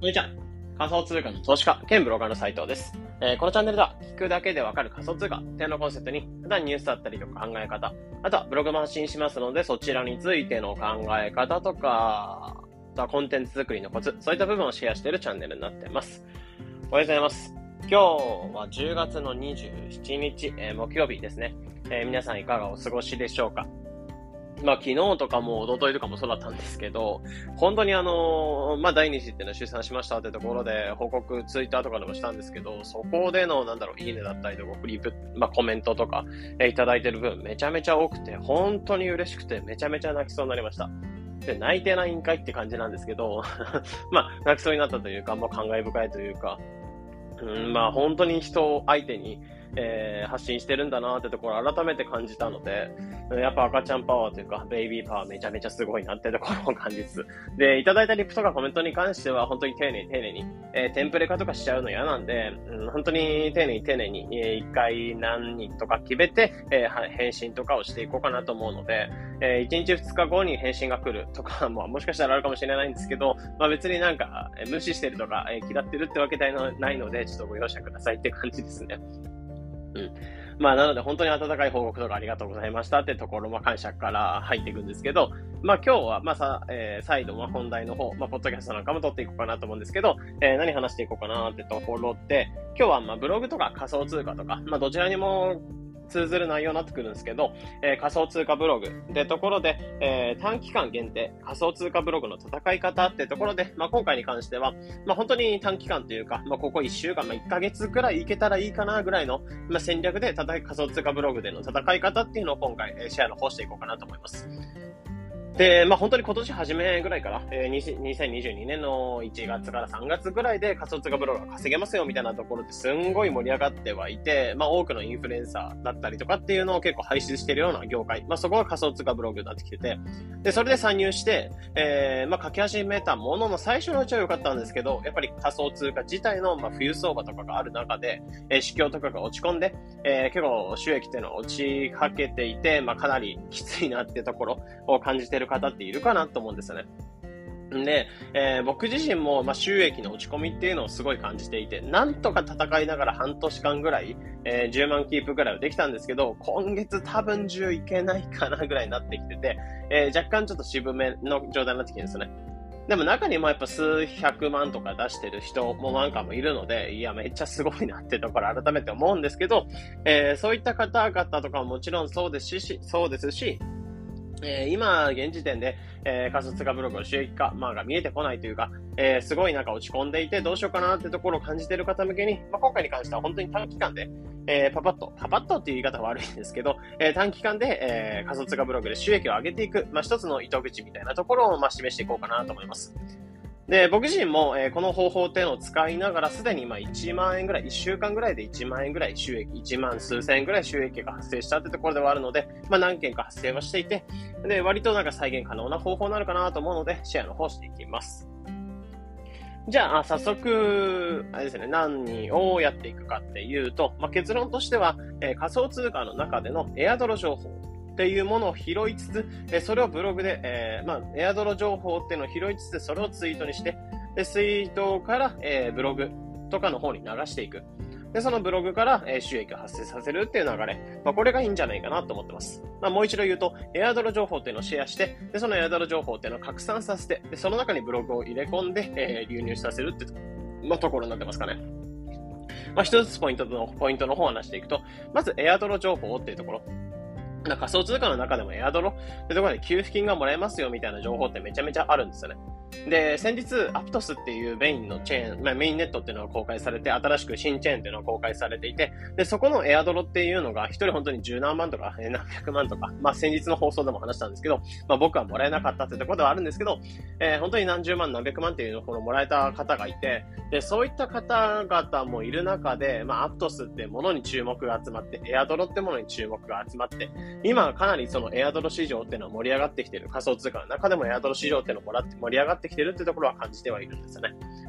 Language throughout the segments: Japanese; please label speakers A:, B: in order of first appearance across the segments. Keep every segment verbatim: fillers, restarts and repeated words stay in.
A: こんにちは。仮想通貨の投資家兼ブロガーの斉藤です。えーこのチャンネルでは聞くだけでわかる仮想通貨っていうのをコンセプトに普段ニュースだったりとか考え方、あとはブログも発信しますのでそちらについての考え方とか、あとはコンテンツ作りのコツ、そういった部分をシェアしているチャンネルになっています。おはようございます。今日はじゅうがつのにじゅうしちにち、えー、木曜日ですね、えー。皆さんいかがお過ごしでしょうか。まあ昨日とかも一昨日とかもそうだったんですけど、本当にあの、まあ第二子っていうのを出産しましたってところで報告ツイッターとかでもしたんですけど、そこでのなんだろう、いいねだったりとか、フリップ、まあコメントとか、えー、いただいてる分めちゃめちゃ多くて、本当に嬉しくてめちゃめちゃ泣きそうになりました。で、泣いてないんかいって感じなんですけど、まあ泣きそうになったというか、まあ感慨深いというか、うん、まあ本当に人相手に、えー、発信してるんだなってところを改めて感じたので、やっぱ赤ちゃんパワーというかベイビーパワーめちゃめちゃすごいなってところを感じつつ、でいただいたリプとかコメントに関しては本当に丁寧に丁寧に、えー、テンプレ化とかしちゃうの嫌なんで、うん、本当に丁寧に丁寧に一、えー、回何人とか決めて、えー、返信とかをしていこうかなと思うので、えー、いちにちふつかごに返信が来るとか、まあ、もしかしたらあるかもしれないんですけど、まあ、別になんか、えー、無視してるとか、えー、嫌ってるってわけではないのでちょっとご容赦くださいって感じですね。うん。まあなので本当に温かい報告とかありがとうございましたってところ、まあ感謝から入っていくんですけど、まあ今日はまあさ、えー、再度まあ本題の方、まあポッドキャストなんかも撮っていこうかなと思うんですけど、えー、何話していこうかなってところで、今日はまあブログとか仮想通貨とか、まあどちらにも通ずる内容になってくるんですけど、えー、仮想通貨ブログってところで、えー、短期間限定仮想通貨ブログの戦い方ってところで、まあ、今回に関しては、まあ、本当に短期間というか、まあ、ここいっしゅうかん、まあ、いっかげつくらいいけたらいいかなぐらいの、まあ、戦略で戦い仮想通貨ブログでの戦い方っていうのを今回、えー、シェアの方していこうかなと思います。で、まあ本当に今年初めぐらいから、えー、にせんにじゅうにねんのいちがつからさんがつぐらいで仮想通貨ブログが稼げますよみたいなところですんごい盛り上がってはいて、まあ多くのインフルエンサーだったりとかっていうのを結構輩出しているような業界、まあそこが仮想通貨ブログになってきてて、で、それで参入して、えー、まあ書き始めたものの最初のうちは良かったんですけど、やっぱり仮想通貨自体のまあ冬相場とかがある中で、えー、市況とかが落ち込んで、えー、結構収益っていうのは落ちかけていて、まあかなりきついなってところを感じている方っているかなと思うんですよね。で、えー、僕自身も、まあ、収益の落ち込みっていうのをすごい感じていて、なんとか戦いながら半年間ぐらい、えー、じゅうまんキープぐらいはできたんですけど、今月多分じゅういけないかなぐらいになってきてて、えー、若干ちょっと渋めの状態になってきてるんですよね。でも中にもやっぱ数百万とか出してる人もなんかもいるので、いやめっちゃすごいなってところ改めて思うんですけど、えー、そういった方々とかももちろんそうですし、そうですし、えー、今、現時点で、えー、仮想通貨ブログの収益化、まあ、が見えてこないというか、えー、すごいなんか落ち込んでいてどうしようかなってところを感じている方向けに、まあ、今回に関しては本当に短期間で、えー、パパッと、パパッとっていう言い方は悪いんですけど、えー、短期間で、えー、仮想通貨ブログで収益を上げていく、まあ、一つの糸口みたいなところを、まあ、示していこうかなと思います。で、僕自身も、えー、この方法っていうのを使いながら、すでにまあいちまんえんぐらい、いっしゅうかんぐらいでいちまんえんぐらい収益、いちまん数千円ぐらい収益が発生したってところではあるので、まあ何件か発生はしていて、で、割となんか再現可能な方法になるかなと思うので、シェアの方していきます。じゃあ、早速、あれですね、何をやっていくかっていうと、まあ結論としては、えー、仮想通貨の中でのエアドロ情報っていうものを拾いつつ、えそれをブログで、えー、まあ、エアドロ情報っていうのを拾いつつ、それをツイートにして、で、ツイートから、えー、ブログとかの方に流していく。で、そのブログから、えー、収益を発生させるっていう流れ。まあ、これがいいんじゃないかなと思ってます。まあ、もう一度言うと、エアドロ情報っていうのをシェアして、で、そのエアドロ情報っていうのを拡散させて、で、その中にブログを入れ込んで、えー、流入させるっていう、まあ、ところになってますかね。まあ、一つポイントの、ポイントの方を話していくと、まずエアドロ情報っていうところ。仮想通貨の中でもエアドロってところで給付金がもらえますよみたいな情報ってめちゃめちゃあるんですよね。で、先日、アプトスっていうメインのチェーン、まあ、メインネットっていうのが公開されて、新しく新チェーンっていうのが公開されていて、で、そこのエアドロっていうのが、一人本当に十何万とか、えー、何百万とか、まあ、先日の放送でも話したんですけど、まあ、僕はもらえなかったってところではあるんですけど、えー、本当に何十万、何百万っていうのをもらえた方がいて、で、そういった方々もいる中で、まあ、アプトスってものに注目が集まって、エアドロってものに注目が集まって、今かなりそのエアドロ市場っていうのは盛り上がってきている、仮想通貨の中でもエアドロ市場っていうのをもらって盛り上がってきているってところは感じてはいるんですよね。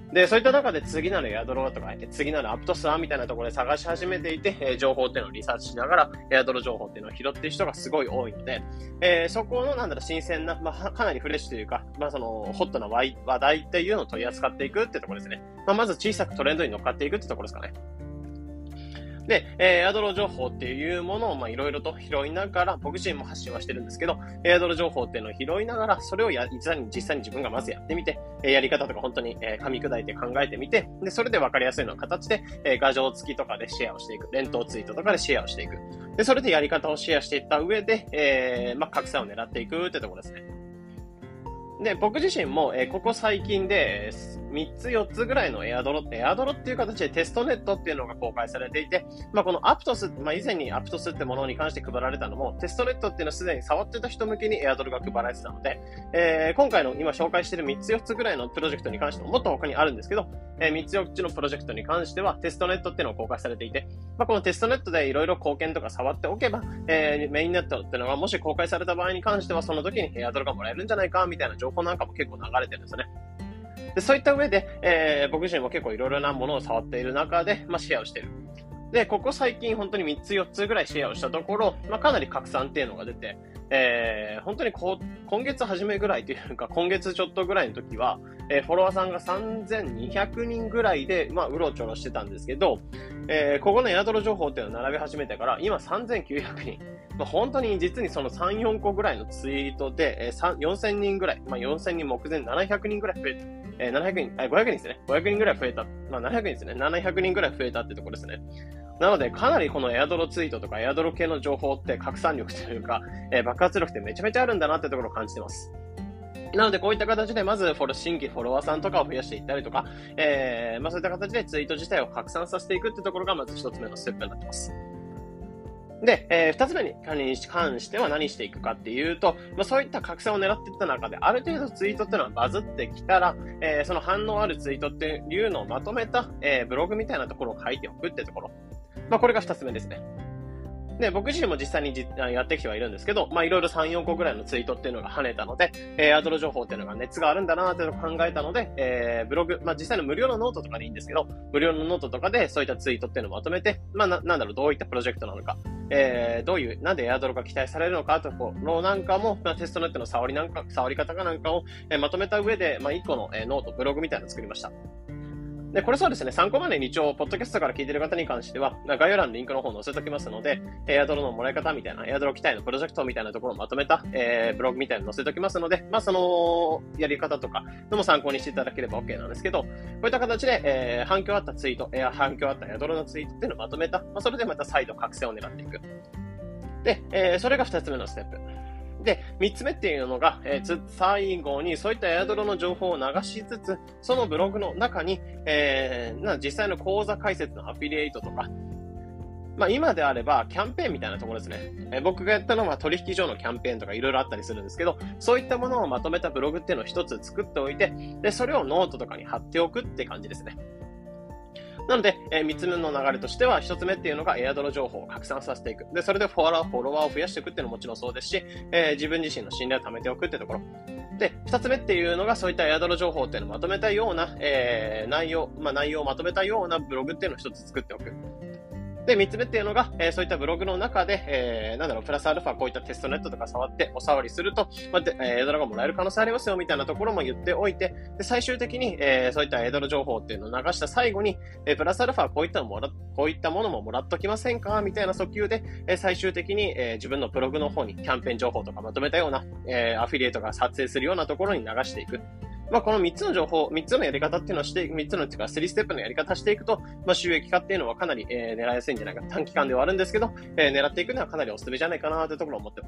A: で、そういった中で次なるエアドロとか、次なるアプトスはみたいなところで探し始めていて、えー、情報っていうのをリサーチしながら、エアドロ情報っていうのを拾っている人がすごい多いので、えー、そこのなんだろう、新鮮な、まあ、かなりフレッシュというか、まあ、その、ホットな話題っていうのを取り扱っていくってところですね。まあ、まず小さくトレンドに乗っかっていくってところですかね。で、えー、エアドロ情報っていうものを、まあ、いろいろと拾いながら、僕自身も発信はしてるんですけど、エアドロ情報っていうのを拾いながら、それをや、実際に、実際に自分がまずやってみて、えー、やり方とか本当に、えー、噛み砕いて考えてみて、で、それで分かりやすいような形で、えー、画像付きとかでシェアをしていく。連投ツイートとかでシェアをしていく。で、それでやり方をシェアしていった上で、えー、まあ、拡散を狙っていくってところですね。で、僕自身も、えー、ここ最近で、みっつよっつぐらいのエアドロ、エアドロっていう形でテストネットっていうのが公開されていて、まあ、このアプトス、まあ、以前にアプトスってものに関して配られたのも、テストネットっていうのはすでに触ってた人向けにエアドロが配られてたので、えー、今回の今紹介しているみっつよっつぐらいのプロジェクトに関しても、もっと他にあるんですけど、えー、みっつよっつのプロジェクトに関してはテストネットっていうのが公開されていて、まあ、このテストネットでいろいろ貢献とか触っておけば、えー、メインネットっていうのがもし公開された場合に関しては、その時にエアドロがもらえるんじゃないか、みたいな情報なんかも結構流れてるんですよね。で、そういった上で、えー、僕自身も結構いろいろなものを触っている中で、まあ、シェアをしている。で、ここ最近本当にみっつよっつぐらいシェアをしたところ、まあ、かなり拡散っていうのが出て、えー、本当にこう今月初めぐらいというか、今月ちょっとぐらいの時は、えー、フォロワーさんがさんぜんにひゃくにんぐらいで、まあ、うろちょろしてたんですけど、えー、ここのエアドロ情報っていうのを並べ始めてから、今さんぜんきゅうひゃくにん。まあ、本当に実にそのさん、よんこぐらいのツイートで、えー、よんせんにんぐらい、まあ、よんせんにん目前ななひゃくにんぐらい増えた。えー、ななひゃくにん、あ、ごひゃくにんですね。ごひゃくにんぐらい増えた。まあ、ななひゃくにんですね。ななひゃくにんぐらい増えたってところですね。なので、かなりこのエアドロツイートとかエアドロ系の情報って拡散力というか、えー、爆発力ってめちゃめちゃあるんだなってところを感じてます。なので、こういった形で、まず、フォロ、新規フォロワーさんとかを増やしていったりとか、えー、まあそういった形でツイート自体を拡散させていくってところが、まず一つ目のステップになってます。で、えー、二つ目に関しては何していくかっていうと、まあ、そういった拡散を狙っていった中で、ある程度ツイートっていうのはバズってきたら、えー、その反応あるツイートっていうのをまとめた、えー、ブログみたいなところを書いておくってところ。まあ、これが二つ目ですね。で、僕自身も実際にじやってきてはいるんですけど、まあ、いろいろさん、よんこぐらいのツイートっていうのが跳ねたので、えー、アドロ情報っていうのが熱があるんだなーっていうのを考えたので、えー、ブログ、まあ、実際の無料のノートとかでいいんですけど、無料のノートとかでそういったツイートっていうのをまとめて、まあ、な、なんだろう、どういったプロジェクトなのか、えー、どういう、なんでエアドロが期待されるのかところなんかも、まあ、テストネットの触りなんか、触り方かなんかを、えー、まとめた上で、まあ、いっこの、えー、ノート、ブログみたいなのを作りました。で、これそうですね、参考までに一応、ポッドキャストから聞いている方に関しては、概要欄にリンクの方を載せておきますので、エアドロのもらい方みたいな、エアドロ期待のプロジェクトみたいなところをまとめた、えー、ブログみたいなの載せておきますので、まあ、その、やり方とかのも参考にしていただければ OK なんですけど、こういった形で、えー、反響あったツイート、えー、反響あったエアドロのツイートっていうのをまとめた、まあ、それでまた再度拡散を狙っていく。で、えー、それが二つ目のステップ。で、三つ目っていうのが、えー、最後にそういったエアドロの情報を流しつつ、そのブログの中に、えー、な実際の講座解説のアフィリエイトとか、まあ今であればキャンペーンみたいなところですね。えー、僕がやったのは取引所のキャンペーンとかいろいろあったりするんですけど、そういったものをまとめたブログっていうのを一つ作っておいて、で、それをノートとかに貼っておくって感じですね。なので、えー、三つ目の流れとしては、一つ目っていうのがエアドロ情報を拡散させていく。で、それでフォロワー、フォロワーを増やしていくっていうのももちろんそうですし、えー、自分自身の信頼を貯めておくってところ。で、二つ目っていうのが、そういったエアドロ情報っていうのをまとめたような、えー、内容、まあ、内容をまとめたようなブログっていうのを一つ作っておく。で、三つ目っていうのが、えー、そういったブログの中で、えー、なんだろう、プラスアルファこういったテストネットとか触ってお触りすると、まあ、で、えー、エアドロがもらえる可能性ありますよ、みたいなところも言っておいて、で、最終的に、えー、そういったエアドロ情報っていうのを流した最後に、えー、プラスアルファこういったのもら、こういったものももらっときませんかみたいな訴求で、えー、最終的に、えー、自分のブログの方にキャンペーン情報とかまとめたような、えー、アフィリエイトが撮影するようなところに流していく。まあ、このみっつの情報、みっつのやり方っていうのをして、みっつのっていうか、さんステップのやり方していくと、まあ、収益化っていうのはかなり、えー、狙いやすいんじゃないか。短期間ではあるんですけど、えー、狙っていくのはかなりおすすめじゃないかなというところを思ってます。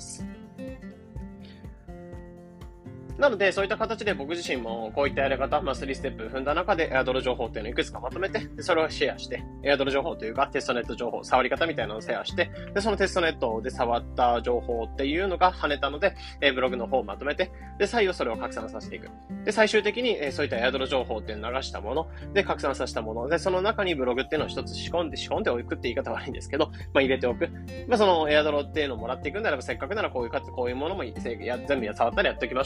A: なので、そういった形で僕自身もこういったやり方、まあ、さんステップ踏んだ中でエアドロ情報っていうのをいくつかまとめて、でそれをシェアして、エアドロ情報というかテストネット情報、触り方みたいなのをシェアして、で、そのテストネットで触った情報っていうのが跳ねたので、えー、ブログの方をまとめて、で、再度それを拡散させていく。で、最終的に、えー、そういったエアドロ情報っていうのを流したもの、で、拡散させたもの、で、その中にブログっていうのを一つ仕込んで、仕込んでおくって言い方悪いんですけど、まあ、入れておく。まあ、そのエアドロっていうのをもらっていくんであれば、せっかくならこういうか、こういうものも全部や触ったりやっておきましょうみたいな感じ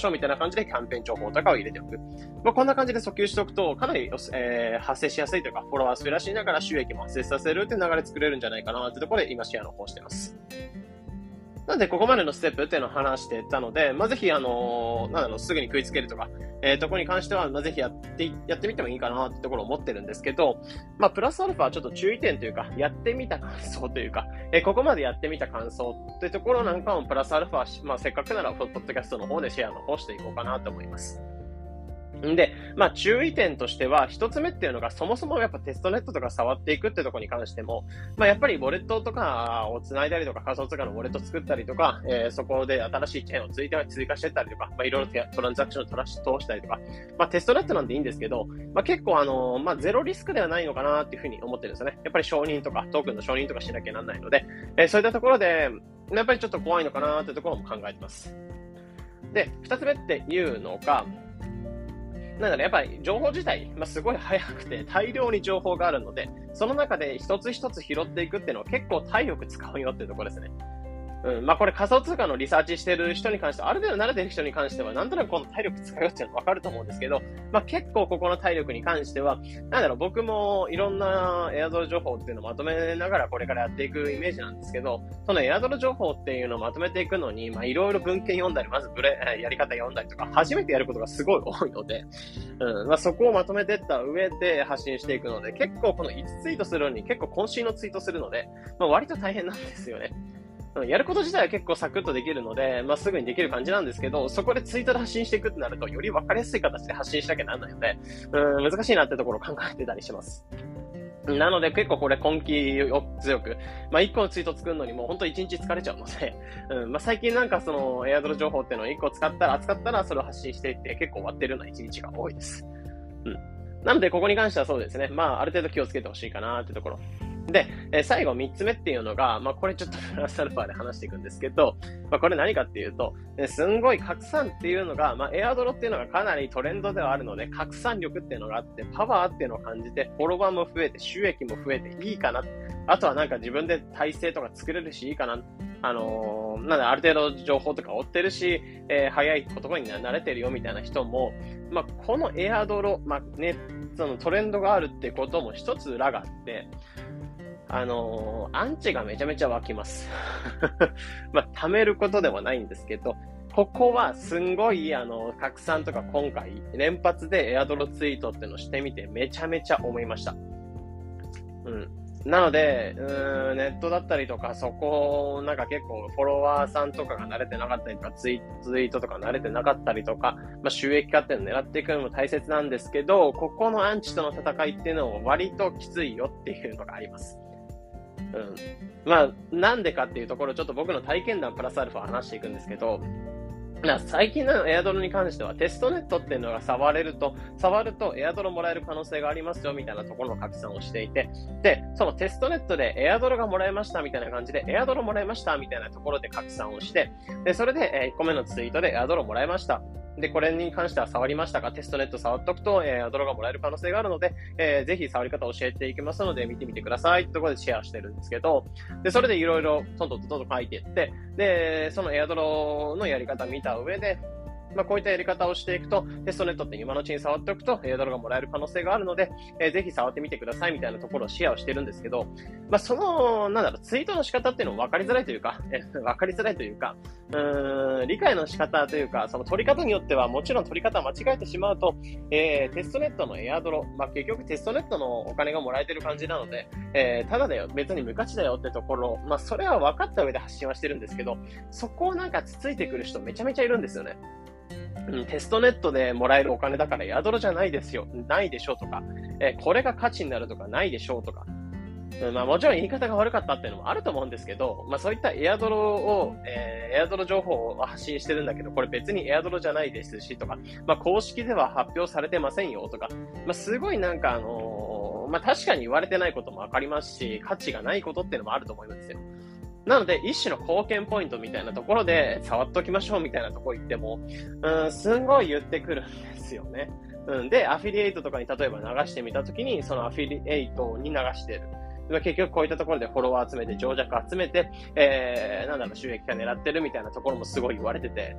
A: 感じでキャンペーン情報とかを入れておく。まあ、こんな感じで訴求しておくと、かなり、えー、発生しやすいというか、フォロワー増やしながら収益も発生させるっていう流れ作れるんじゃないかなってところで今シェアの方しています。なので、ここまでのステップっていうのを話してたので、まあ、ぜひ、あのー、なんだろう、すぐに食いつけるとか、えー、ところに関しては、まあ、ぜひやって、やってみてもいいかなってところを思ってるんですけど、まあ、プラスアルファちょっと注意点というか、やってみた感想というか、えー、ここまでやってみた感想ってところなんかもプラスアルファ、まあ、せっかくなら、ポッドキャストの方でシェアの方していこうかなと思います。んで、まあ注意点としては、一つ目っていうのが、そもそもやっぱテストネットとか触っていくってところに関しても、まあやっぱりウォレットとかを繋いだりとか、仮想通貨のウォレット作ったりとか、えー、そこで新しいチェーンを追加追加していったりとか、まあいろいろトランザクションを通したりとか、まあテストネットなんでいいんですけど、まあ結構あのー、まあゼロリスクではないのかなっていうふうに思ってるんですよね。やっぱり承認とか、トークンの承認とかしなきゃなんないので、えー、そういったところで、やっぱりちょっと怖いのかなっていうところも考えてます。で、二つ目っていうのが、なんだね、やっぱり情報自体、まあ、すごい早くて大量に情報があるので、その中で一つ一つ拾っていくっていうのは結構体力使うよっていうところですね。うん、まあこれ仮想通貨のリサーチしてる人に関しては、ある程度慣れてる人に関しては、なんとなくこの体力使うよっていうのはわかると思うんですけど、まあ結構ここの体力に関しては、なんだろう、僕もいろんなエアドロ情報っていうのをまとめながらこれからやっていくイメージなんですけど、そのエアドロ情報っていうのをまとめていくのに、まあいろいろ文献読んだり、まずブレ、やり方読んだりとか、初めてやることがすごい多いので、うん、まあそこをまとめていった上で発信していくので、結構このいちツイートするのに結構渾身のツイートするので、まあ割と大変なんですよね。やること自体は結構サクッとできるので、まあ、すぐにできる感じなんですけど、そこでツイートで発信していくってなると、より分かりやすい形で発信しなきゃならないので、うん、難しいなってところを考えてたりします。なので結構これ根気を強く、まあいっこのツイート作るのにもう本当いちにち疲れちゃうので、うん、まあ最近なんかそのエアドロ情報っていうのをいっこ使ったら、扱ったらそれを発信していって結構終わってるようないちにちが多いです。うん。なのでここに関してはそうですね、まあある程度気をつけてほしいかなってところ。で、えー、最後みっつめっていうのが、まあこれちょっとプラスアルファで話していくんですけど、まあこれ何かっていうと、ね、すんごい拡散っていうのが、まあエアドロっていうのがかなりトレンドではあるので、拡散力っていうのがあって、パワーっていうのを感じて、フォロワーも増えて、収益も増えていいかな。あとはなんか自分で体制とか作れるしいいかな。あのー、なんである程度情報とか追ってるし、えー、早い言葉に慣れてるよみたいな人も、まあこのエアドロ、まあね、そのトレンドがあるってことも一つ裏があって、あのー、アンチがめちゃめちゃ湧きます。まあ、貯めることではないんですけど、ここはすんごい、あの、拡散とか今回、連発でエアドロツイートっていうのをしてみて、めちゃめちゃ思いました。うん。なので、うーん、ネットだったりとか、そこ、なんか結構フォロワーさんとかが慣れてなかったりとか、ツイツイートとか慣れてなかったりとか、まあ、収益化っていうのを狙っていくのも大切なんですけど、ここのアンチとの戦いっていうのも割ときついよっていうのがあります。うん。まあ、なんでかっていうところ、ちょっと僕の体験談プラスアルファ話していくんですけど、最近のエアドロに関してはテストネットっていうのが触れると、触るとエアドロもらえる可能性がありますよみたいなところの拡散をしていて、で、そのテストネットでエアドロがもらえましたみたいな感じで、エアドロもらえましたみたいなところで拡散をして、で、それでいっこめのツイートでエアドロもらえました。で、これに関しては触りましたか？テストネット触っとくと、えー、ドロがもらえる可能性があるので、えー、ぜひ触り方を教えていきますので、見てみてくださいってところでシェアしてるんですけど、で、それでいろいろトントントンと書いていって、で、そのエアドロのやり方見た上で、まあ、こういったやり方をしていくと、テストネットって今のうちに触っておくと、エアドロがもらえる可能性があるので、えー、ぜひ触ってみてくださいみたいなところをシェアをしてるんですけど、まあ、その、なんだろう、ツイートの仕方っていうのも分かりづらいというか、えー、分かりづらいというか、うーん、理解の仕方というか、その取り方によっては、もちろん取り方を間違えてしまうと、えー、テストネットのエアドロ、まあ、結局テストネットのお金がもらえてる感じなので、えー、ただだよ、別に無価値だよってところ、まあ、それは分かった上で発信はしてるんですけど、そこをなんかつついてくる人めちゃめちゃいるんですよね。うん、テストネットでもらえるお金だからエアドロじゃないですよ、ないでしょうとか、えー、これが価値になるとかないでしょうとか、うん、まあもちろん言い方が悪かったっていうのもあると思うんですけど、まあそういったエアドロを、えー、エアドロ情報を発信してるんだけど、これ別にエアドロじゃないですしとか、まあ公式では発表されてませんよとか、まあすごいなんかあのー、まあ確かに言われてないこともわかりますし、価値がないことっていうのもあると思いますよ。なので、一種の貢献ポイントみたいなところで、触っときましょうみたいなところ行っても、うん、すんごい言ってくるんですよね。うん、で、アフィリエイトとかに例えば流してみたときに、そのアフィリエイトに流してる。結局こういったところでフォロワー集めて、情弱集めて、えー、なんだろう、収益化狙ってるみたいなところもすごい言われてて、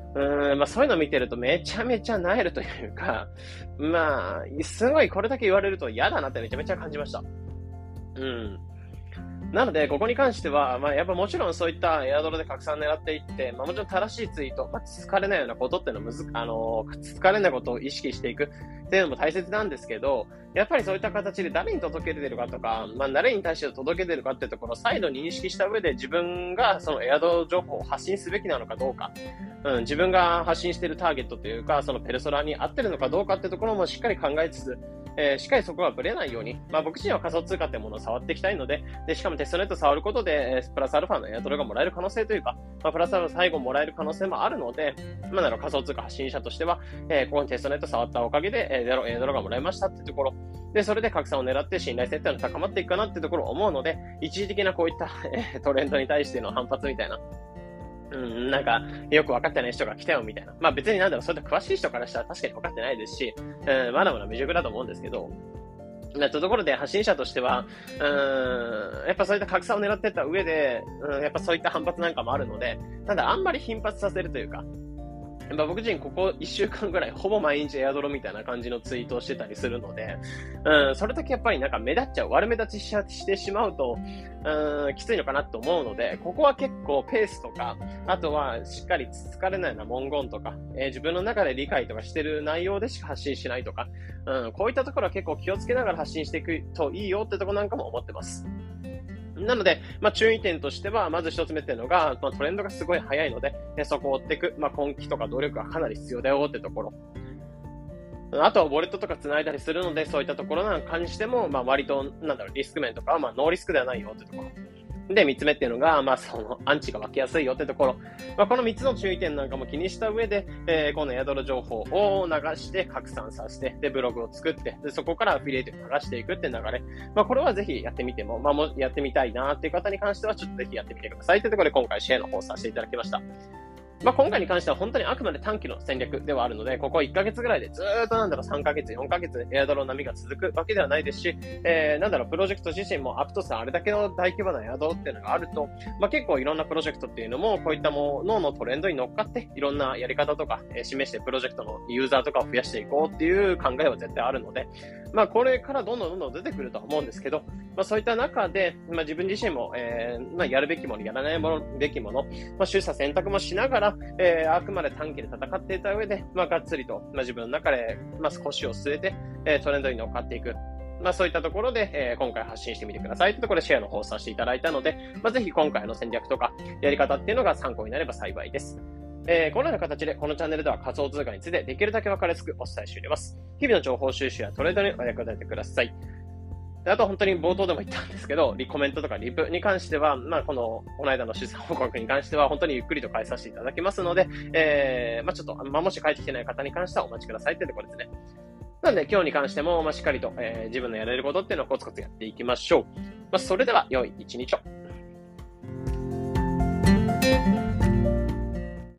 A: うーん、まあそういうのを見てるとめちゃめちゃ萎えるというか、まあ、すごいこれだけ言われると嫌だなってめちゃめちゃ感じました。うん。なので、ここに関しては、まあ、やっぱもちろんそういったエアドロで拡散狙っていって、まあ、もちろん正しいツイート、まあ、疲れないようなことっていうのむず、あのー、疲れないことを意識していくっていうのも大切なんですけど、やっぱりそういった形で誰に届けてるかとか、まあ、誰に対して届けてるかっていうところを再度認識した上で自分がそのエアドロ情報を発信すべきなのかどうか、うん、自分が発信しているターゲットというか、そのペルソナに合ってるのかどうかっていうところもしっかり考えつつ、えー、しっかりそこがブレないように、まあ僕自身は仮想通貨ってものを触っていきたいので、で、しかもテストネット触ることで、えー、プラスアルファのエアドロがもらえる可能性というか、まあプラスアルファ最後もらえる可能性もあるので、まあなら仮想通貨発信者としては、えー、ここにテストネット触ったおかげで、えー、エアドロがもらえましたっていうところ、で、それで拡散を狙って信頼性っていうのが高まっていくかなっていうところを思うので、一時的なこういった、えー、トレンドに対しての反発みたいな、うん、なんか、よく分かってない人が来たよみたいな。まあ別になんだろう、それで詳しい人からしたら確かに分かってないですし、うん、まだまだ未熟だと思うんですけど、なったところで発信者としては、うーん、やっぱそういった格差を狙っていった上で、うん、やっぱそういった反発なんかもあるので、ただあんまり頻発させるというか、やっぱ僕自身ここいっしゅうかんぐらいほぼ毎日エアドロみたいな感じのツイートをしてたりするので、うん、それだけやっぱりなんか目立っちゃう、悪目立ちししてしまうと、うん、きついのかなと思うので、ここは結構ペースとか、あとはしっかり疲れないような文言とか、えー、自分の中で理解とかしてる内容でしか発信しないとか、うん、こういったところは結構気をつけながら発信していくといいよってところなんかも思ってます。なので、まあ、注意点としては、まず一つ目っていうのが、まあ、トレンドがすごい早いので、そこを追っていく、まあ、根気とか努力がかなり必要だよってところ。あとはウォレットとか繋いだりするので、そういったところなんかにしても、まあ、割と、なんだろう、リスク面とかは、まあ、ノーリスクではないよってところ。で、三つ目っていうのが、まあ、その、アンチが湧きやすいよってところ。まあ、この三つの注意点なんかも気にした上で、えー、このエアドロ情報を流して拡散させて、で、ブログを作って、で、そこからアフィリエイトを流していくって流れ。まあ、これはぜひやってみても、まあ、もやってみたいなっていう方に関しては、ちょっとぜひやってみてくださいというところで、今回シェアの方させていただきました。まあ、今回に関しては本当にあくまで短期の戦略ではあるので、ここいっかげつぐらいでずーっとなんだろうさんかげつ、よんかげつエアドロ波が続くわけではないですし、えー、なんだろうプロジェクト自身もアップとさあれだけの大規模なエアドロっていうのがあると、まあ、結構いろんなプロジェクトっていうのもこういったもののトレンドに乗っかっていろんなやり方とか、えー、示してプロジェクトのユーザーとかを増やしていこうっていう考えは絶対あるので、まあ、これからどんどんどんどん出てくるとは思うんですけど、まあ、そういった中で、まあ、自分自身も、えーまあ、やるべきもの、やらないもの、べきもの、まあ、取捨選択もしながら、えー、あくまで短期で戦っていた上で、まあ、がっつりと、まあ、自分の中で、まあ、腰を据えて、えー、トレンドに乗っかっていく。まあそういったところで、えー、今回発信してみてくださいというところでシェアの方をさせていただいたので、まあ、ぜひ今回の戦略とかやり方っていうのが参考になれば幸いです。えー、このような形でこのチャンネルでは仮想通貨についてできるだけ分かりやすくお伝えしております。日々の情報収集やトレードにお役立ててください。あと本当に冒頭でも言ったんですけど、リコメントとかリプに関しては、まあこの、この間の資産報告に関しては本当にゆっくりと返させていただきますので、えー、まあちょっと、まあもし帰ってきてない方に関してはお待ちくださいってところですね。なので今日に関しても、まあしっかりと、えー、自分のやれることっていうのをコツコツやっていきましょう。まあそれでは良い一日を。